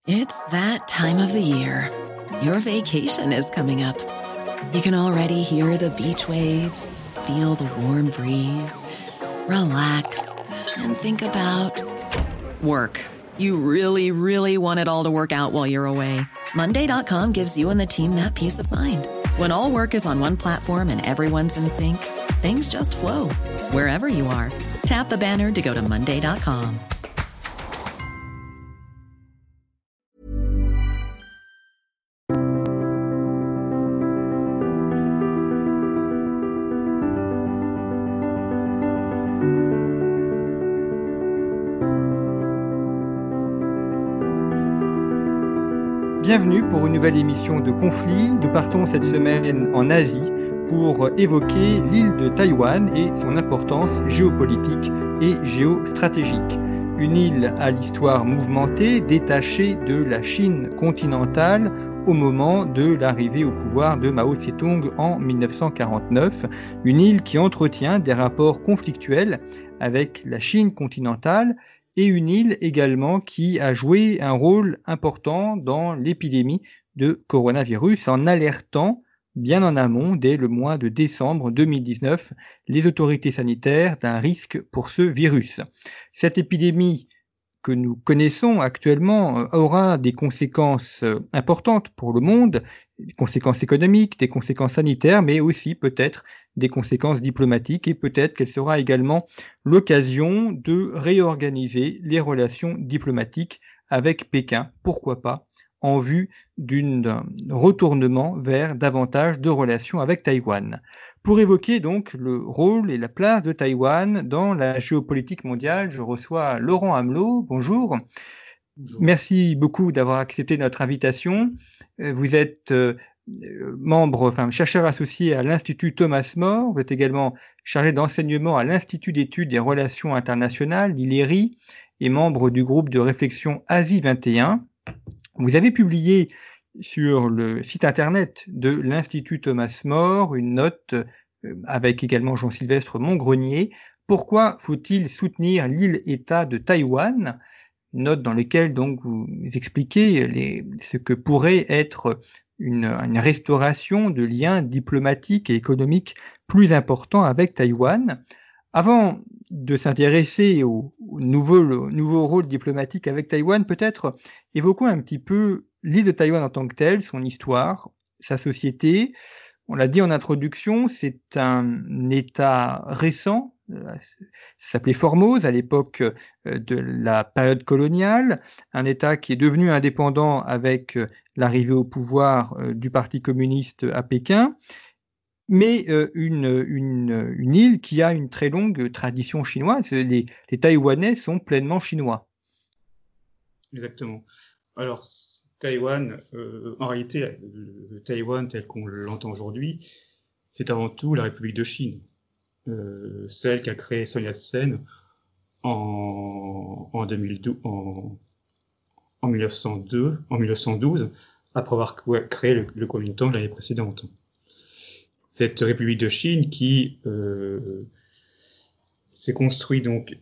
It's that time of the year. Your vacation is coming up. You can already hear the beach waves, feel the warm breeze, relax, and think about work. You really, really want it all to work out while you're away. Monday.com gives you and the team that peace of mind. When all work is on one platform and everyone's in sync, things just flow. Wherever you are, tap the banner to go to Monday.com. Bienvenue pour une nouvelle émission de Conflit. Nous partons cette semaine en Asie pour évoquer l'île de Taïwan et son importance géopolitique et géostratégique. Une île à l'histoire mouvementée, détachée de la Chine continentale au moment de l'arrivée au pouvoir de Mao Tse-tung en 1949. Une île qui entretient des rapports conflictuels avec la Chine continentale et une île également qui a joué un rôle important dans l'épidémie de coronavirus en alertant bien en amont, dès le mois de décembre 2019, les autorités sanitaires d'un risque pour ce virus. Cette épidémie que nous connaissons actuellement aura des conséquences importantes pour le monde, des conséquences économiques, des conséquences sanitaires, mais aussi peut-être des conséquences diplomatiques, et peut-être qu'elle sera également l'occasion de réorganiser les relations diplomatiques avec Pékin, pourquoi pas, en vue d'un retournement vers davantage de relations avec Taïwan. Pour évoquer donc le rôle et la place de Taïwan dans la géopolitique mondiale, je reçois Laurent Amelot. Bonjour. Bonjour. Merci beaucoup d'avoir accepté notre invitation. Vous êtes chercheur associé à l'Institut Thomas More. Vous êtes également chargé d'enseignement à l'Institut d'études des relations internationales, l'ILERI, et membre du groupe de réflexion Asie 21. Vous avez publié sur le site internet de l'Institut Thomas More une note avec également Jean-Sylvestre Montgrenier. Pourquoi faut-il soutenir l'île-État de Taïwan? Une note dans laquelle donc vous expliquez ce que pourrait être une restauration de liens diplomatiques et économiques plus importants avec Taïwan. Avant de s'intéresser au nouveau rôle diplomatique avec Taïwan, peut-être évoquons un petit peu l'île de Taïwan en tant que telle, son histoire, sa société. On l'a dit en introduction, c'est un État récent. Ça s'appelait Formose à l'époque de la période coloniale, un État qui est devenu indépendant avec l'arrivée au pouvoir du Parti communiste à Pékin, mais une île qui a une très longue tradition chinoise. Les Taïwanais sont pleinement chinois. Exactement. Alors, Taïwan, en réalité, le Taïwan tel qu'on l'entend aujourd'hui, c'est avant tout la République de Chine. Celle qu'a créée Sun Yat-sen en 1912, après avoir créé le Kuomintang l'année précédente. Cette République de Chine qui s'est construit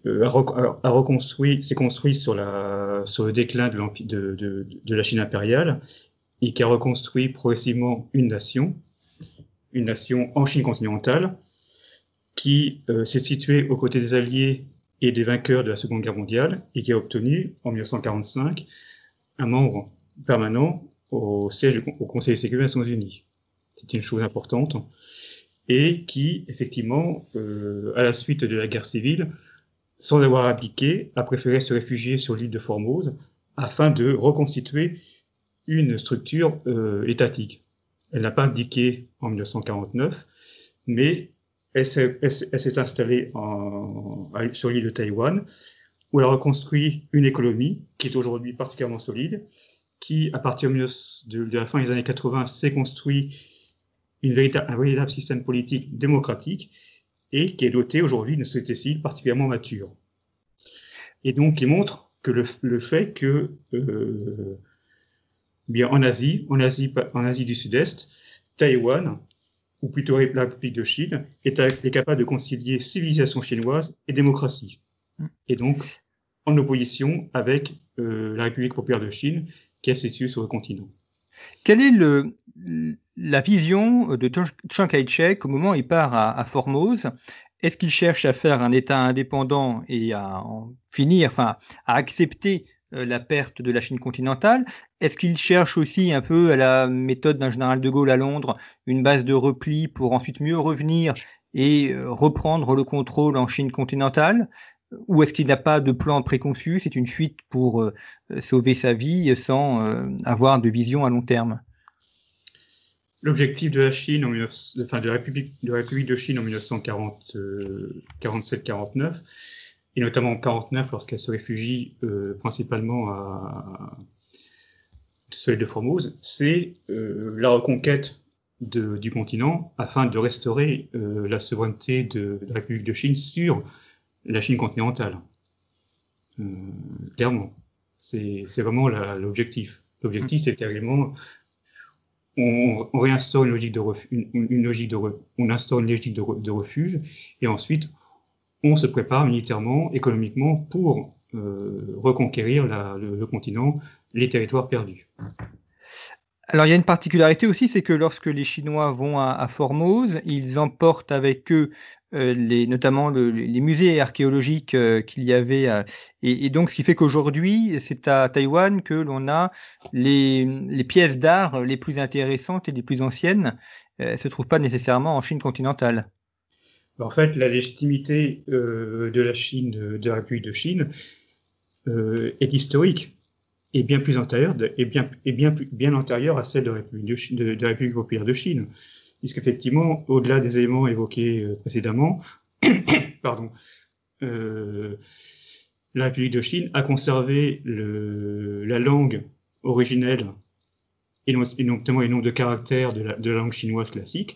sur le déclin de la Chine impériale et qui a reconstruit progressivement une nation en Chine continentale qui s'est située aux côtés des Alliés et des vainqueurs de la Seconde Guerre mondiale et qui a obtenu, en 1945, un membre permanent au Conseil de sécurité des Nations Unies. C'est une chose importante. Et qui, effectivement, à la suite de la guerre civile, sans avoir abdiqué, a préféré se réfugier sur l'île de Formose afin de reconstituer une structure étatique. Elle n'a pas abdiqué en 1949, mais elle s'est installée sur l'île de Taïwan, où elle a reconstruit une économie qui est aujourd'hui particulièrement solide, qui, à partir de la fin des années 80, s'est construit un véritable système politique démocratique et qui est doté aujourd'hui d'une société civile particulièrement mature. Et donc, il montre que le fait que, en Asie du Sud-Est, Taïwan, ou plutôt la République de Chine, est capable de concilier civilisation chinoise et démocratie. Et donc, en opposition avec la République populaire de Chine, qui est situé sur le continent. Quelle est la vision de Chiang Kai-shek au moment où il part à Formose? Est-ce qu'il cherche à faire un État indépendant et à accepter la perte de la Chine continentale? Est-ce qu'il cherche aussi un peu à la méthode d'un général de Gaulle à Londres, une base de repli pour ensuite mieux revenir et reprendre le contrôle en Chine continentale? Ou est-ce qu'il n'a pas de plan préconçu? C'est une fuite pour sauver sa vie sans avoir de vision à long terme? L'objectif de la Chine, de la République de Chine en 1947-49, et notamment en 1949 lorsqu'elle se réfugie principalement à Soleil de Formose, c'est la reconquête du continent afin de restaurer la souveraineté de la République de Chine sur la Chine continentale. Clairement, c'est vraiment l'objectif. L'objectif, c'est également on réinstaure une logique on instaure une logique de refuge, et ensuite on se prépare militairement, économiquement pour reconquérir le continent, les territoires perdus. Alors il y a une particularité aussi, c'est que lorsque les Chinois vont à Formose, ils emportent avec eux notamment les musées archéologiques qu'il y avait. Et donc ce qui fait qu'aujourd'hui, c'est à Taïwan que l'on a les pièces d'art les plus intéressantes et les plus anciennes. Se trouvent pas nécessairement en Chine continentale. En fait, la légitimité de la Chine, de la République de Chine, est historique. Et bien plus antérieure, bien antérieure à celle de la République populaire de Chine, puisqu'effectivement, au-delà des éléments évoqués précédemment, la République de Chine a conservé la langue originelle et notamment les nombres de caractères de la langue chinoise classique.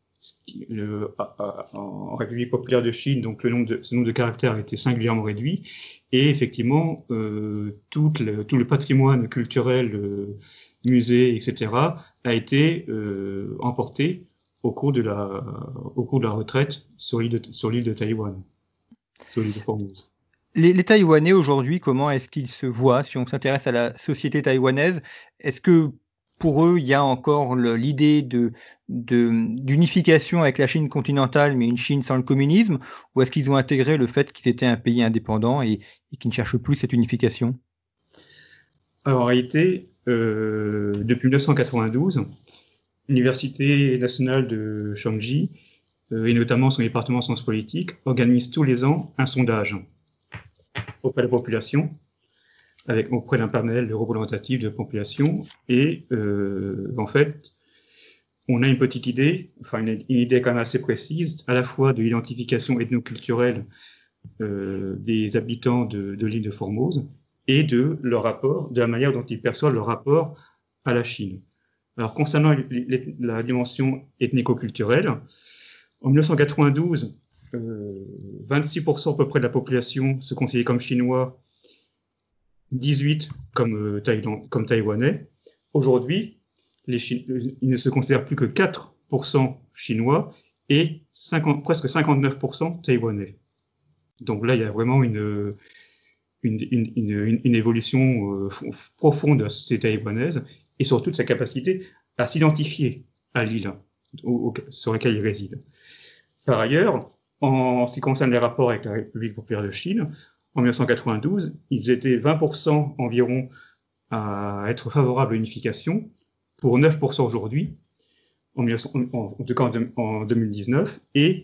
En République populaire de Chine, donc ce nombre de caractères a été singulièrement réduit, et effectivement tout le patrimoine culturel, musée, etc., a été emporté au cours de la retraite sur l'île de Taïwan, sur l'île de Formose. Les Taïwanais aujourd'hui, comment est-ce qu'ils se voient si on s'intéresse à la société taïwanaise? Est-ce que pour eux, il y a encore l'idée d'unification avec la Chine continentale, mais une Chine sans le communisme, ou est-ce qu'ils ont intégré le fait qu'ils étaient un pays indépendant et qu'ils ne cherchent plus cette unification? Alors, en réalité, depuis 1992, l'Université nationale de Shaanxi, et notamment son département sciences politiques, organise tous les ans un sondage auprès de la population, auprès d'un panel représentatif de la population, et en fait, on a une petite idée, une idée quand même assez précise, à la fois de l'identification ethnoculturelle des habitants de l'île de Formose et de la manière dont ils perçoivent leur rapport à la Chine. Alors, concernant la dimension ethnico-culturelle, en 1992, 26% à peu près de la population se considérait comme chinois, 18% comme taïwanais. Aujourd'hui, ils ne se considèrent plus que 4% chinois et presque 59% taïwanais. Donc là, il y a vraiment une évolution profonde de la société taïwanaise, et surtout de sa capacité à s'identifier à l'île sur laquelle il réside. Par ailleurs, en ce qui concerne les rapports avec la République populaire de Chine, en 1992, ils étaient 20% environ à être favorables à l'unification, pour 9% aujourd'hui, en tout cas en 2019, et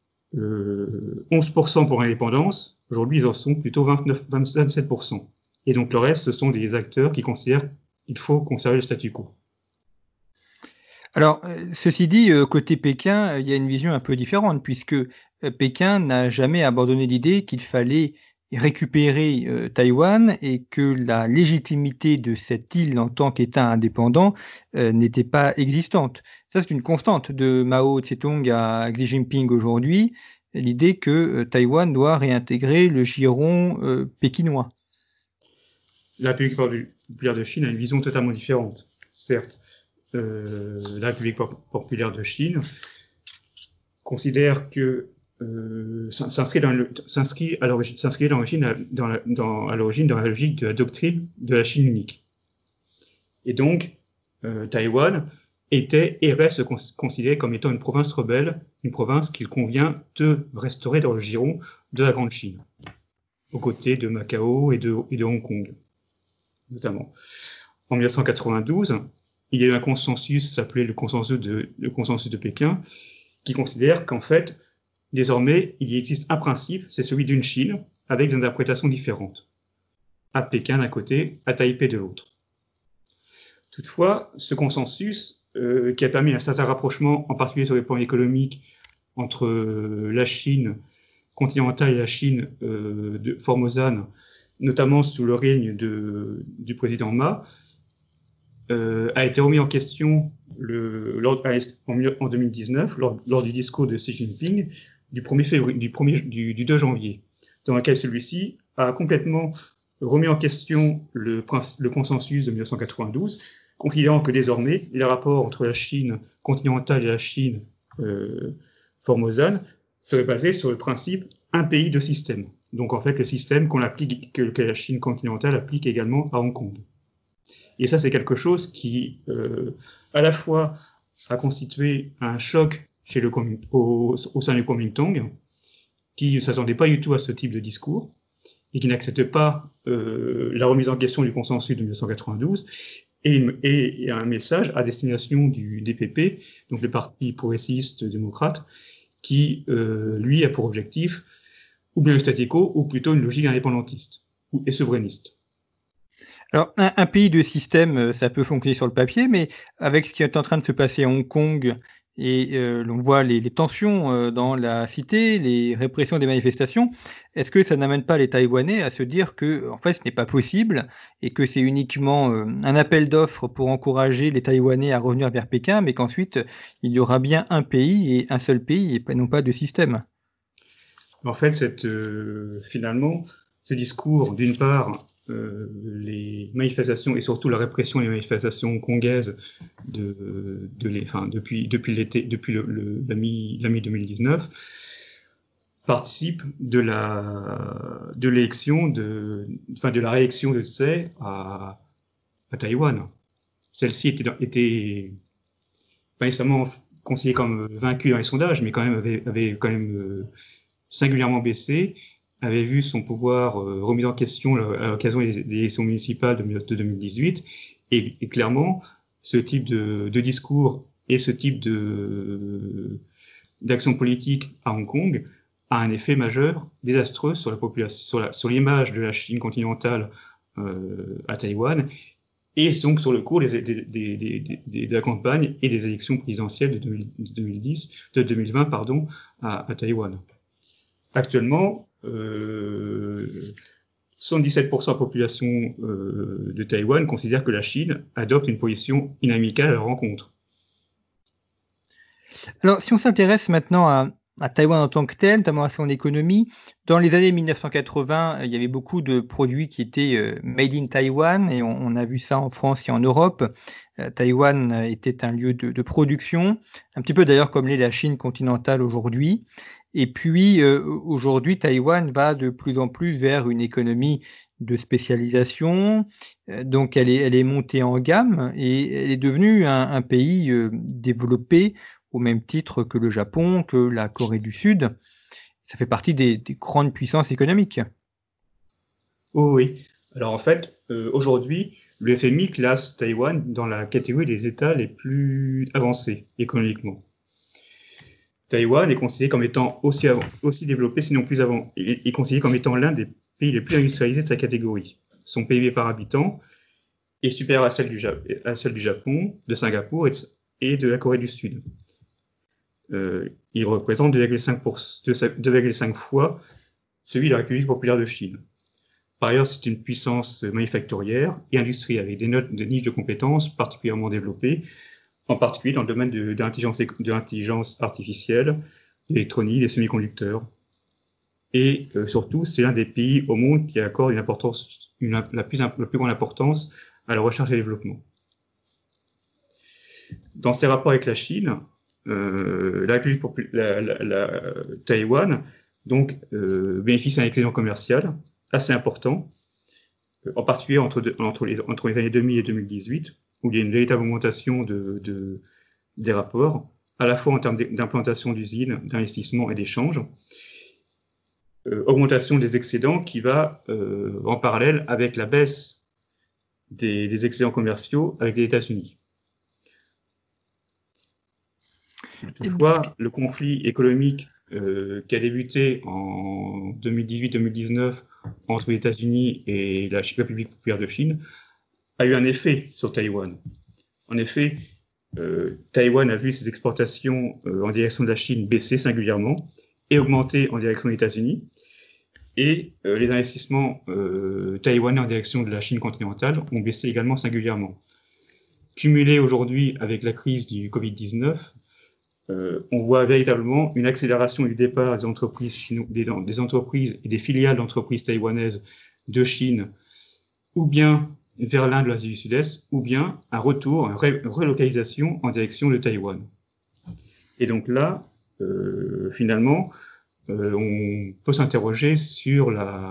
11% pour l'indépendance. Aujourd'hui, ils en sont plutôt 27%. Et donc le reste, ce sont des acteurs qui considèrent qu'il faut conserver le statu quo. Alors, ceci dit, côté Pékin, il y a une vision un peu différente, puisque Pékin n'a jamais abandonné l'idée qu'il fallait récupérer Taïwan et que la légitimité de cette île en tant qu'État indépendant n'était pas existante. Ça, c'est une constante de Mao Tse-tung à Xi Jinping aujourd'hui, l'idée que Taïwan doit réintégrer le giron pékinois. La République populaire de Chine a une vision totalement différente. Certes, la République populaire de Chine considère que s'inscrit à l'origine dans la logique de la doctrine de la Chine unique. Et donc, Taïwan était et reste considéré comme étant une province rebelle, une province qu'il convient de restaurer dans le giron de la Grande Chine, aux côtés de Macao et de Hong Kong, notamment. En 1992, il y a eu un consensus, s'appelé le consensus de Pékin, qui considère qu'en fait, désormais, il existe un principe, c'est celui d'une Chine, avec des interprétations différentes. À Pékin d'un côté, à Taipei de l'autre. Toutefois, ce consensus, qui a permis un certain rapprochement, en particulier sur les plans économiques, entre la Chine continentale et la Chine de Formosane, notamment sous le règne du président Ma, a été remis en question en 2019 lors du discours de Xi Jinping du 2 janvier, dans lequel celui-ci a complètement remis en question le consensus de 1992, considérant que désormais les rapports entre la Chine continentale et la Chine formosane seraient basés sur le principe un pays, deux systèmes. Donc en fait le système que la Chine continentale applique également à Hong Kong. Et ça, c'est quelque chose qui, à la fois, a constitué un choc au sein du Kuomintang, qui ne s'attendait pas du tout à ce type de discours, et qui n'accepte pas la remise en question du consensus de 1992, et un message à destination du DPP, donc le Parti progressiste démocrate, qui, lui, a pour objectif ou bien le statu quo, ou plutôt une logique indépendantiste et souverainiste. Alors, un pays de système, ça peut fonctionner sur le papier, mais avec ce qui est en train de se passer à Hong Kong, et l'on voit les tensions dans la cité, les répressions des manifestations, est-ce que ça n'amène pas les Taïwanais à se dire que, en fait, ce n'est pas possible, et que c'est uniquement un appel d'offres pour encourager les Taïwanais à revenir vers Pékin, mais qu'ensuite, il y aura bien un pays, et un seul pays, et non pas de système? En fait, finalement, ce discours, d'une part, les manifestations et surtout la répression des manifestations hongkongaises depuis la mi-2019 participe de la réaction de Tsai à Taïwan. Celle-ci était pas nécessairement considérée comme vaincue dans les sondages, mais quand même avait quand même singulièrement baissé, avait vu son pouvoir remis en question à l'occasion des élections municipales de 2018, et clairement, ce type de discours et ce type d'action politique à Hong Kong a un effet majeur, désastreux sur la population, sur l'image de la Chine continentale à Taïwan, et donc sur le cours de la campagne et des élections présidentielles de 2020 à Taïwan. Actuellement, 77% de la population de Taïwan considère que la Chine adopte une position inamicale à la rencontre. Alors, si on s'intéresse maintenant à Taïwan en tant que tel, notamment à son économie, dans les années 1980, il y avait beaucoup de produits qui étaient made in Taïwan, et on a vu ça en France et en Europe. Taïwan était un lieu de production, un petit peu d'ailleurs comme l'est la Chine continentale aujourd'hui. Et puis, aujourd'hui, Taïwan va de plus en plus vers une économie de spécialisation. Donc, elle est montée en gamme et elle est devenue un pays développé au même titre que le Japon, que la Corée du Sud. Ça fait partie des grandes puissances économiques. Oh oui. Alors, en fait, aujourd'hui, le FMI classe Taïwan dans la catégorie des États les plus avancés économiquement. Taïwan est considéré comme étant aussi développé, sinon plus avant, et est considéré comme étant l'un des pays les plus industrialisés de sa catégorie. Son PIB par habitant est supérieur à celle du Japon, de Singapour et de la Corée du Sud. Il représente 2,5 fois celui de la République populaire de Chine. Par ailleurs, c'est une puissance manufacturière et industrielle, avec des niches de compétences particulièrement développées, en particulier dans le domaine de l'intelligence artificielle, de l'électronique, des semi-conducteurs. Et surtout, c'est l'un des pays au monde qui accorde la plus grande importance à la recherche et développement. Dans ses rapports avec la Chine, Taïwan bénéficie d'un excédent commercial assez important, en particulier entre les années 2000 et 2018, où il y a une véritable augmentation des rapports, à la fois en termes d'implantation d'usines, d'investissement et d'échanges. Augmentation des excédents qui va en parallèle avec la baisse des excédents commerciaux avec les États-Unis. Toutefois, le conflit économique qui a débuté en 2018-2019 entre les États-Unis et la République populaire de Chine a eu un effet sur Taïwan. En effet, Taïwan a vu ses exportations en direction de la Chine baisser singulièrement et augmenter en direction des États-Unis. Et les investissements taïwanais en direction de la Chine continentale ont baissé également singulièrement. Cumulé aujourd'hui avec la crise du Covid-19, on voit véritablement une accélération du départ des entreprises, des entreprises et des filiales d'entreprises taïwanaises de Chine, ou bien vers l'Inde de l'Asie du Sud-Est, ou bien un retour, une relocalisation en direction de Taïwan. Et donc là, finalement, on peut s'interroger sur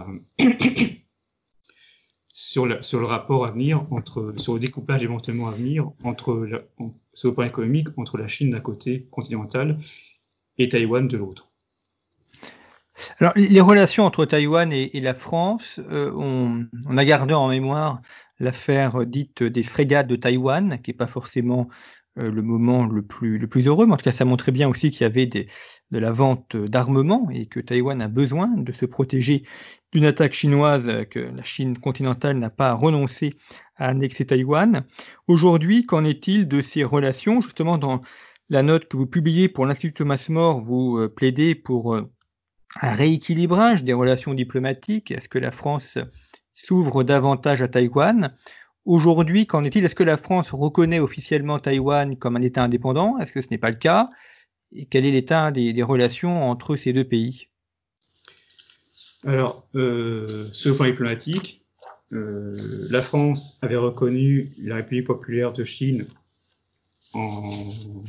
sur le rapport à venir sur le découpage éventuellement à venir sur le plan économique entre la Chine d'un côté continental et Taïwan de l'autre. Alors, les relations entre Taïwan et la France, on a gardé en mémoire l'affaire dite des frégates de Taïwan, qui n'est pas forcément le moment le plus heureux, mais en tout cas, ça montrait bien aussi qu'il y avait de la vente d'armement et que Taïwan a besoin de se protéger d'une attaque chinoise, que la Chine continentale n'a pas renoncé à annexer Taïwan. Aujourd'hui, qu'en est-il de ces relations? Justement, dans la note que vous publiez pour l'Institut Thomas More, vous plaidez pour un rééquilibrage des relations diplomatiques. Est-ce que la France s'ouvre davantage à Taïwan? Aujourd'hui, qu'en est-il? Est-ce que la France reconnaît officiellement Taïwan comme un État indépendant? Est-ce que ce n'est pas le cas? Et quel est l'état des relations entre ces deux pays? Alors, sur le plan diplomatique, la France avait reconnu la République populaire de Chine en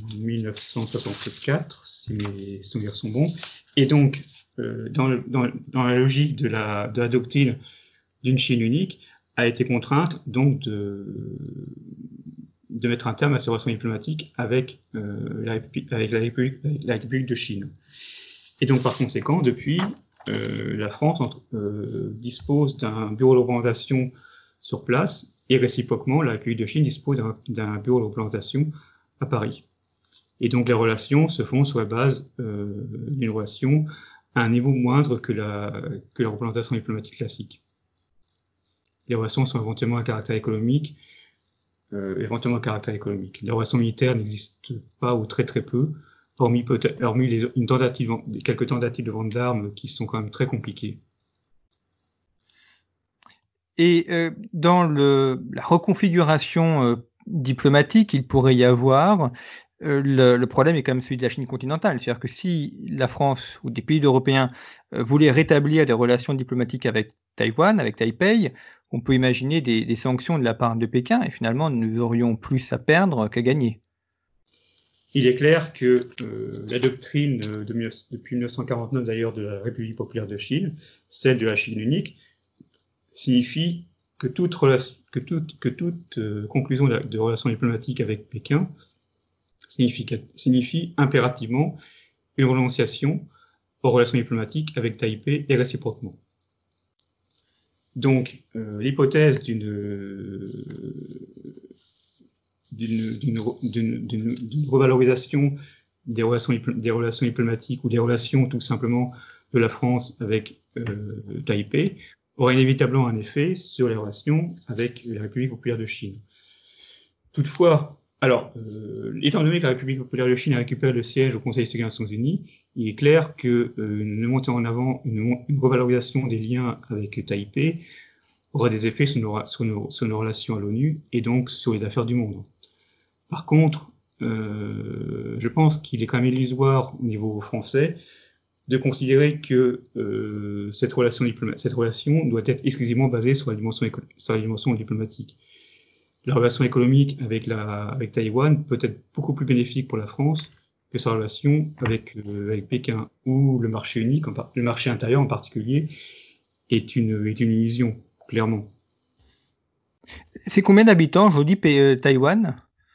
1964, si mes souvenirs sont bons, et donc dans la logique de la doctrine d'une Chine unique, a été contrainte donc de mettre un terme à ses relations diplomatiques avec la République de Chine. Et donc par conséquent, depuis, la France dispose d'un bureau de représentation sur place, et réciproquement, la République de Chine dispose d'un bureau de représentation à Paris. Et donc les relations se font sur la base d'une relation à un niveau moindre que la représentation diplomatique classique. Les relations sont éventuellement à caractère économique. Les relations militaires n'existent pas ou très très peu, hormis quelques tentatives de vente d'armes qui sont quand même très compliquées. Et dans la reconfiguration diplomatique, il pourrait y avoir le problème est quand même celui de la Chine continentale. C'est-à-dire que si la France ou des pays européens voulaient rétablir des relations diplomatiques avec Taïwan, avec Taipei, on peut imaginer des sanctions de la part de Pékin et finalement nous aurions plus à perdre qu'à gagner. Il est clair que la doctrine depuis 1949 d'ailleurs de la République populaire de Chine, celle de la Chine unique, signifie que toute conclusion de relations diplomatiques avec Pékin signifie impérativement une renonciation aux relations diplomatiques avec Taipei et réciproquement. Donc, l'hypothèse d'une revalorisation des relations diplomatiques ou des relations tout simplement de la France avec Taipei aurait inévitablement un effet sur les relations avec la République populaire de Chine. Toutefois, alors, étant donné que la République populaire de Chine a récupéré le siège au Conseil de sécurité des Nations Unies, il est clair qu'une montée en avant, une revalorisation des liens avec Taipei aura des effets sur nos relations à l'ONU et donc sur les affaires du monde. Par contre, je pense qu'il est quand même illusoire au niveau français de considérer que cette relation doit être exclusivement basée sur la dimension diplomatique. La relation économique avec Taïwan peut être beaucoup plus bénéfique pour la France que sa relation avec Pékin, où le marché unique, le marché intérieur en particulier, est une illusion, clairement. C'est combien d'habitants aujourd'hui, Taïwan?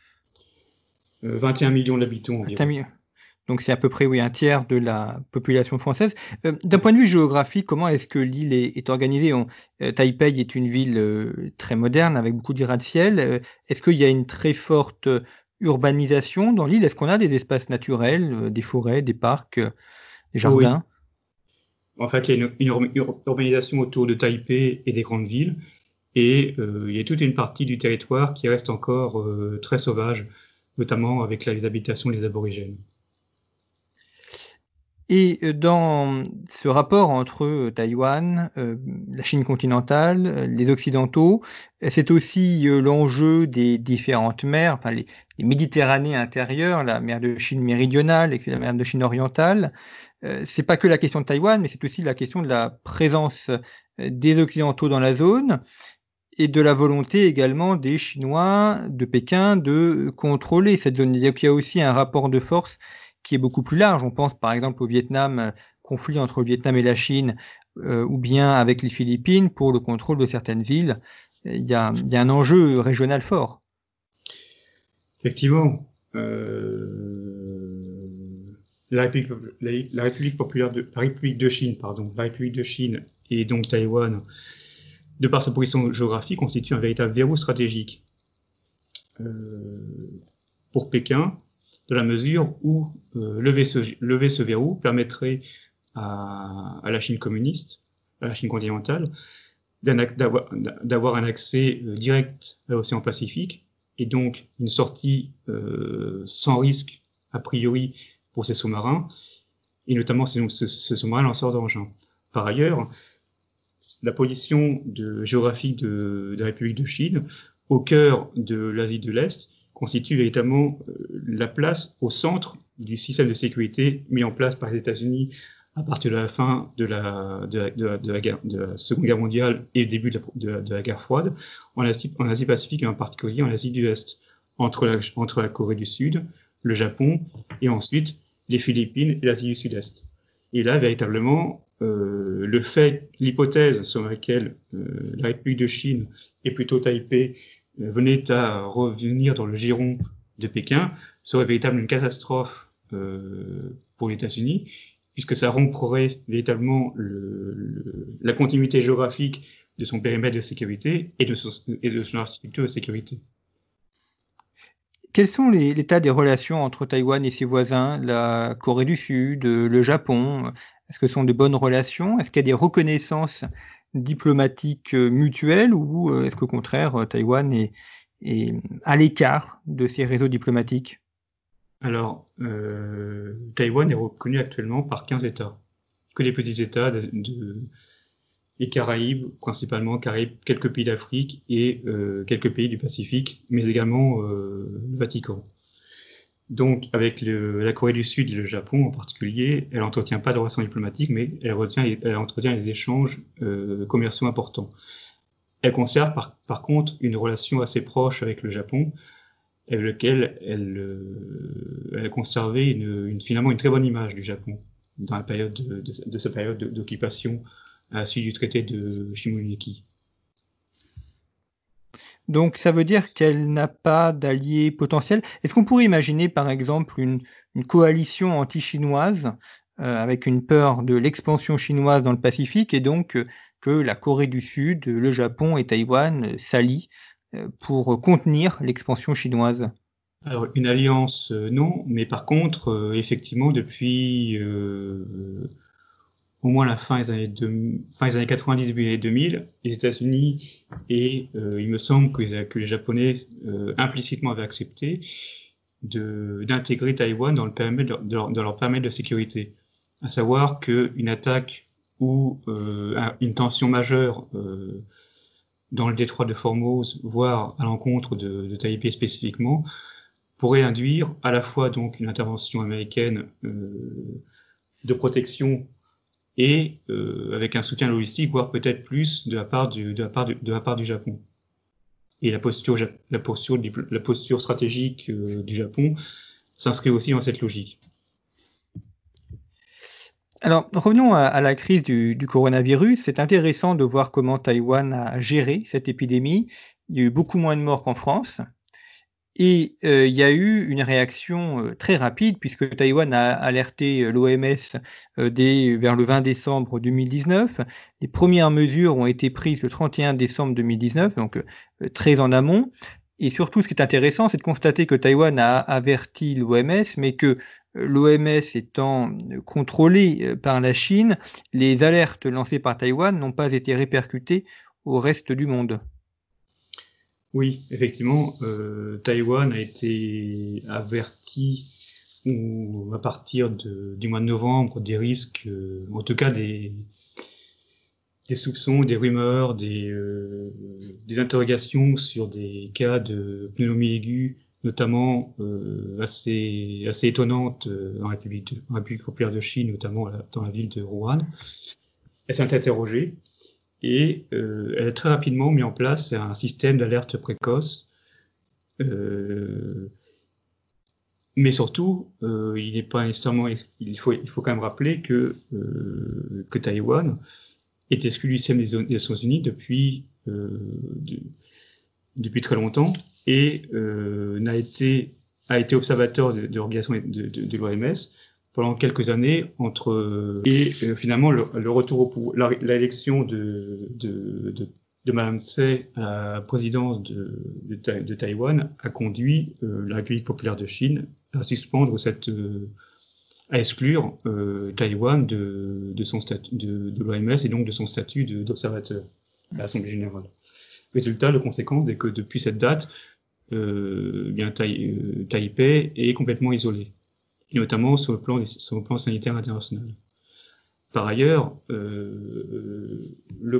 21 millions d'habitants environ. Donc c'est à peu près un tiers de la population française. D'un point de vue géographique, comment est-ce que l'île est organisée? Taipei est une ville très moderne avec beaucoup de gratte-ciel. Est-ce qu'il y a une très forte urbanisation dans l'île? Est-ce qu'on a des espaces naturels, des forêts, des parcs, des jardins? Oui. En fait, il y a une urbanisation autour de Taipei et des grandes villes. Et il y a toute une partie du territoire qui reste encore très sauvage, notamment avec les habitations des aborigènes. Et dans ce rapport entre Taïwan, la Chine continentale, les Occidentaux, c'est aussi l'enjeu des différentes mers, enfin les Méditerranées intérieures, la mer de Chine méridionale et la mer de Chine orientale. C'est pas que la question de Taïwan, mais c'est aussi la question de la présence des Occidentaux dans la zone et de la volonté également des Chinois de Pékin de contrôler cette zone. Il y a aussi un rapport de force qui est beaucoup plus large. On pense par exemple au Vietnam, conflit entre le Vietnam et la Chine, ou bien avec les Philippines pour le contrôle de certaines villes. Il y a un enjeu régional fort. Effectivement. La République de Chine et donc Taïwan, de par sa position géographique, constitue un véritable verrou stratégique pour Pékin, de la mesure où lever ce verrou permettrait à la Chine communiste, à la Chine continentale, d'avoir un accès direct à l'océan Pacifique et donc une sortie sans risque a priori pour ces sous-marins, et notamment ce sous-marin lanceur d'engins. Par ailleurs, la position géographique de la République de Chine, au cœur de l'Asie de l'Est, constitue véritablement la place au centre du système de sécurité mis en place par les États-Unis à partir de la fin de la Seconde Guerre mondiale et début de la guerre froide, en Asie-Pacifique et en particulier en Asie du Est, entre la Corée du Sud, le Japon et ensuite les Philippines et l'Asie du Sud-Est. Et là, véritablement, l'hypothèse selon laquelle la République de Chine et plutôt Taipei venait à revenir dans le giron de Pékin serait véritablement une catastrophe pour les États-Unis, puisque ça romprait véritablement la continuité géographique de son périmètre de sécurité et de son architecture de sécurité. Quels sont l'état des relations entre Taïwan et ses voisins, la Corée du Sud, le Japon? Est-ce que ce sont de bonnes relations? Est-ce qu'il y a des reconnaissances diplomatiques mutuelles ou est-ce qu'au contraire, Taïwan est à l'écart de ces réseaux diplomatiques? Alors, Taïwan est reconnu actuellement par 15 États, que des petits États des Caraïbes, principalement Caraïbes, quelques pays d'Afrique et quelques pays du Pacifique, mais également le Vatican. Donc, avec la Corée du Sud et le Japon en particulier, elle n'entretient pas de relations diplomatiques, mais elle entretient des échanges commerciaux importants. Elle conserve par contre une relation assez proche avec le Japon, avec lequel elle a conservé finalement une très bonne image du Japon dans la période de sa période d'occupation à la suite du traité de Shimonoseki. Donc ça veut dire qu'elle n'a pas d'alliés potentiels. Est-ce qu'on pourrait imaginer par exemple une coalition anti-chinoise avec une peur de l'expansion chinoise dans le Pacifique et donc que la Corée du Sud, le Japon et Taïwan s'allient pour contenir l'expansion chinoise? Alors une alliance, non, mais par contre, effectivement, depuis au moins la fin des années 90, début des années 2000, les États-Unis et il me semble que les Japonais implicitement avaient accepté d'intégrer Taïwan dans leur périmètre de sécurité. À savoir qu'une attaque ou une tension majeure dans le détroit de Formose, voire à l'encontre de Taipei spécifiquement, pourrait induire à la fois donc une intervention américaine de protection et avec un soutien logistique, voire peut-être plus de la part du Japon. Et la posture stratégique du Japon s'inscrit aussi dans cette logique. Alors, revenons à la crise du coronavirus. C'est intéressant de voir comment Taïwan a géré cette épidémie. il y a eu beaucoup moins de morts qu'en France. Et il y a eu une réaction très rapide, puisque Taïwan a alerté l'OMS vers le 20 décembre 2019. Les premières mesures ont été prises le 31 décembre 2019, donc très en amont. Et surtout, ce qui est intéressant, c'est de constater que Taïwan a averti l'OMS, mais que l'OMS étant contrôlée par la Chine, les alertes lancées par Taïwan n'ont pas été répercutées au reste du monde. Oui, effectivement, Taïwan a été averti à partir du mois de novembre des risques, en tout cas des soupçons, des rumeurs, des interrogations sur des cas de pneumonie aiguë, notamment assez étonnantes en République populaire de Chine, notamment dans la ville de Wuhan. Elle s'est interrogée. Et elle a très rapidement mis en place un système d'alerte précoce. Mais surtout, il faut quand même rappeler que Taïwan est exclu du système des Nations Unies depuis très longtemps et a été observateur de l'organisation de l'OMS pendant quelques années finalement le retour au pouvoir, l'élection de Madame Tsai à la présidence de Taïwan a conduit la République populaire de Chine à suspendre à exclure Taïwan de son statut de l'OMS et donc de son statut d'observateur à l'Assemblée générale. Résultat, la conséquence est que depuis cette date, Taipei est complètement isolé, et notamment sur le plan sanitaire international. Par ailleurs, le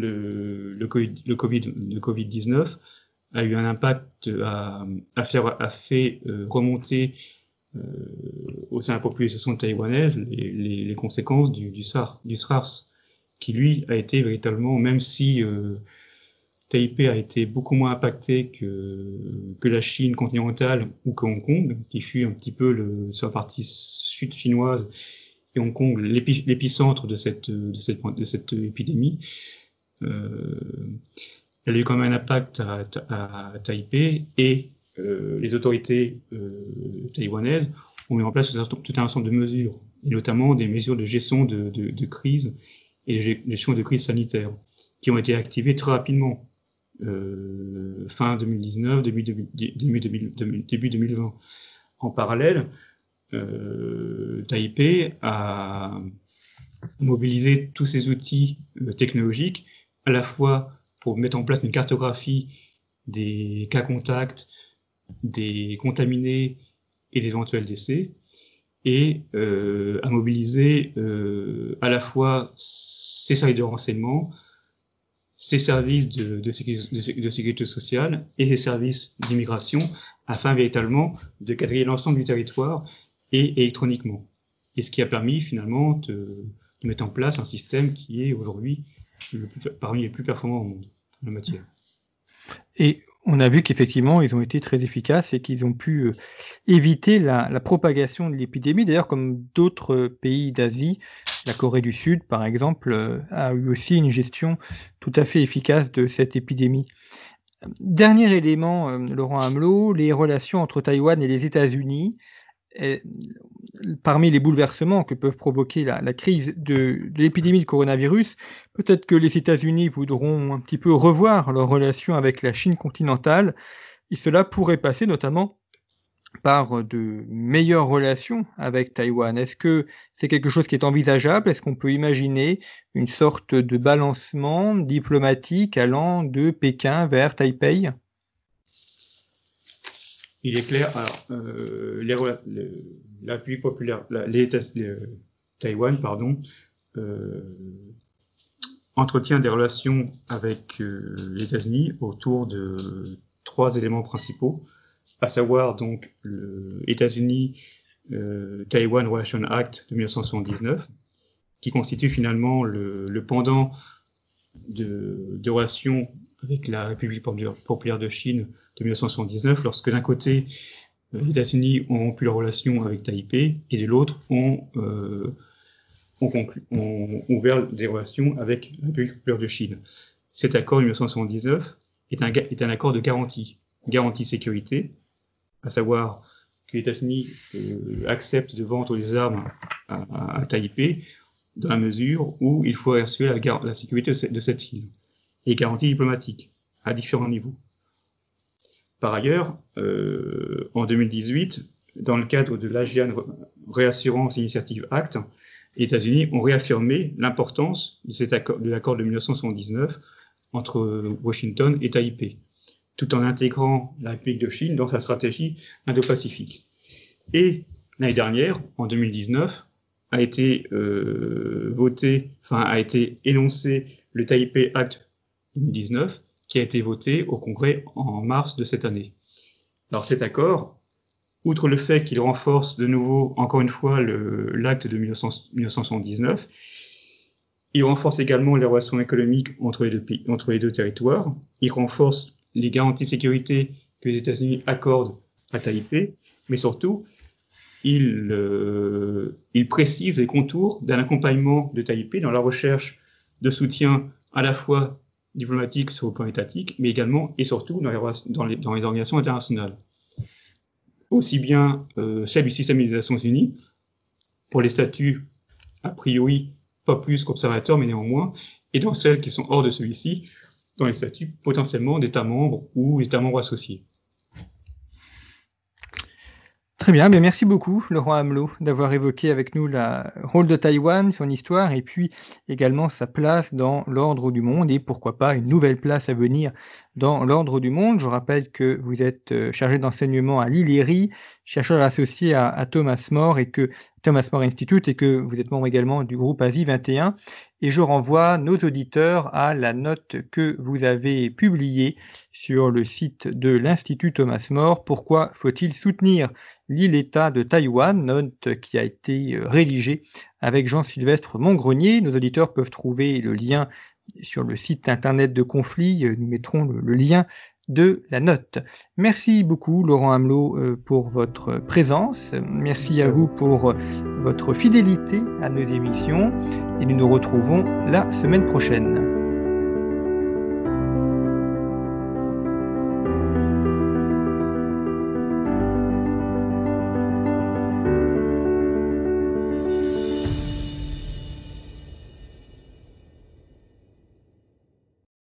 Covid-19 a eu un impact, a fait remonter au sein de la population taïwanaise les conséquences du SARS, qui lui a été véritablement, même si Taipei a été beaucoup moins impacté que la Chine continentale ou que Hong Kong, qui fut un petit peu sur la partie sud chinoise, et Hong Kong l'épicentre de cette épidémie. Elle a eu quand même un impact à Taipei, et les autorités taïwanaises ont mis en place tout un ensemble de mesures, et notamment des mesures de gestion de crise et de gestion de crise sanitaire, qui ont été activées très rapidement. Fin 2019, début 2020. En parallèle, Taipei a mobilisé tous ses outils technologiques, à la fois pour mettre en place une cartographie des cas contacts, des contaminés et des éventuels décès, et a mobilisé à la fois ses services de renseignement, ses services de sécurité sociale et ses services d'immigration, afin véritablement de quadriller l'ensemble du territoire et électroniquement. Et ce qui a permis finalement de mettre en place un système qui est aujourd'hui parmi les plus performants au monde en la matière. Et on a vu qu'effectivement, ils ont été très efficaces et qu'ils ont pu éviter la propagation de l'épidémie. D'ailleurs, comme d'autres pays d'Asie, la Corée du Sud, par exemple, a eu aussi une gestion tout à fait efficace de cette épidémie. Dernier élément, Laurent Amelot, les relations entre Taïwan et les États-Unis. Parmi les bouleversements que peuvent provoquer la crise de l'épidémie de coronavirus, peut-être que les États-Unis voudront un petit peu revoir leurs relations avec la Chine continentale, et cela pourrait passer notamment par de meilleures relations avec Taïwan. Est-ce que c'est quelque chose qui est envisageable? Est-ce qu'on peut imaginer une sorte de balancement diplomatique allant de Pékin vers Taipei? Il est clair, alors, la République populaire, Taïwan, entretient des relations avec les États-Unis autour de 3 éléments principaux, à savoir donc le États-Unis Taiwan Relation Act de 1979, qui constitue finalement le pendant de relations avec la République populaire de Chine de 1979, lorsque d'un côté, les États-Unis ont rompu leurs relations avec Taipei, et de l'autre ont ouvert des relations avec la République populaire de Chine. Cet accord de 1979 est un accord de garantie de sécurité, à savoir que les États-Unis acceptent de vendre les armes à Taipei dans la mesure où il faut assurer la sécurité de cette île, et garanties diplomatiques à différents niveaux. Par ailleurs, en 2018, dans le cadre de l'ASEAN Reassurance Initiative Act, les États-Unis ont réaffirmé l'importance de l'accord de 1979 entre Washington et Taipei, tout en intégrant la République de Chine dans sa stratégie Indo-Pacifique. Et l'année dernière, en 2019, a été énoncé le Taipei Act 2019, qui a été voté au Congrès en mars de cette année. Alors cet accord, outre le fait qu'il renforce de nouveau, encore une fois, l'acte de 1979, il renforce également les relations économiques entre les deux territoires, il renforce les garanties de sécurité que les États-Unis accordent à Taipei, mais surtout, il précise les contours d'un accompagnement de Taipei dans la recherche de soutien à la fois diplomatique sur le plan étatique, mais également et surtout dans les organisations internationales. Aussi bien celle du système des Nations Unies, pour les statuts a priori pas plus qu'observateurs, mais néanmoins, et dans celles qui sont hors de celui-ci, dans les statuts potentiellement d'États membres ou d'États membres associés. Très bien, mais merci beaucoup Laurent Amelot d'avoir évoqué avec nous le rôle de Taïwan, son histoire et puis également sa place dans l'ordre du monde et pourquoi pas une nouvelle place à venir dans l'ordre du monde. Je rappelle que vous êtes chargé d'enseignement à l'ILIRI, chercheur associé à Thomas More Institute et que vous êtes membre également du groupe Asie 21. Et je renvoie nos auditeurs à la note que vous avez publiée sur le site de l'Institut Thomas More. Pourquoi faut-il soutenir l'île-État de Taïwan, note qui a été rédigée avec Jean-Sylvestre Montgrenier. Nos auditeurs peuvent trouver le lien sur le site internet de Conflit. Nous mettrons le lien de la note. Merci beaucoup Laurent Amelot pour votre présence. Merci à vous pour votre fidélité à nos émissions et nous nous retrouvons la semaine prochaine.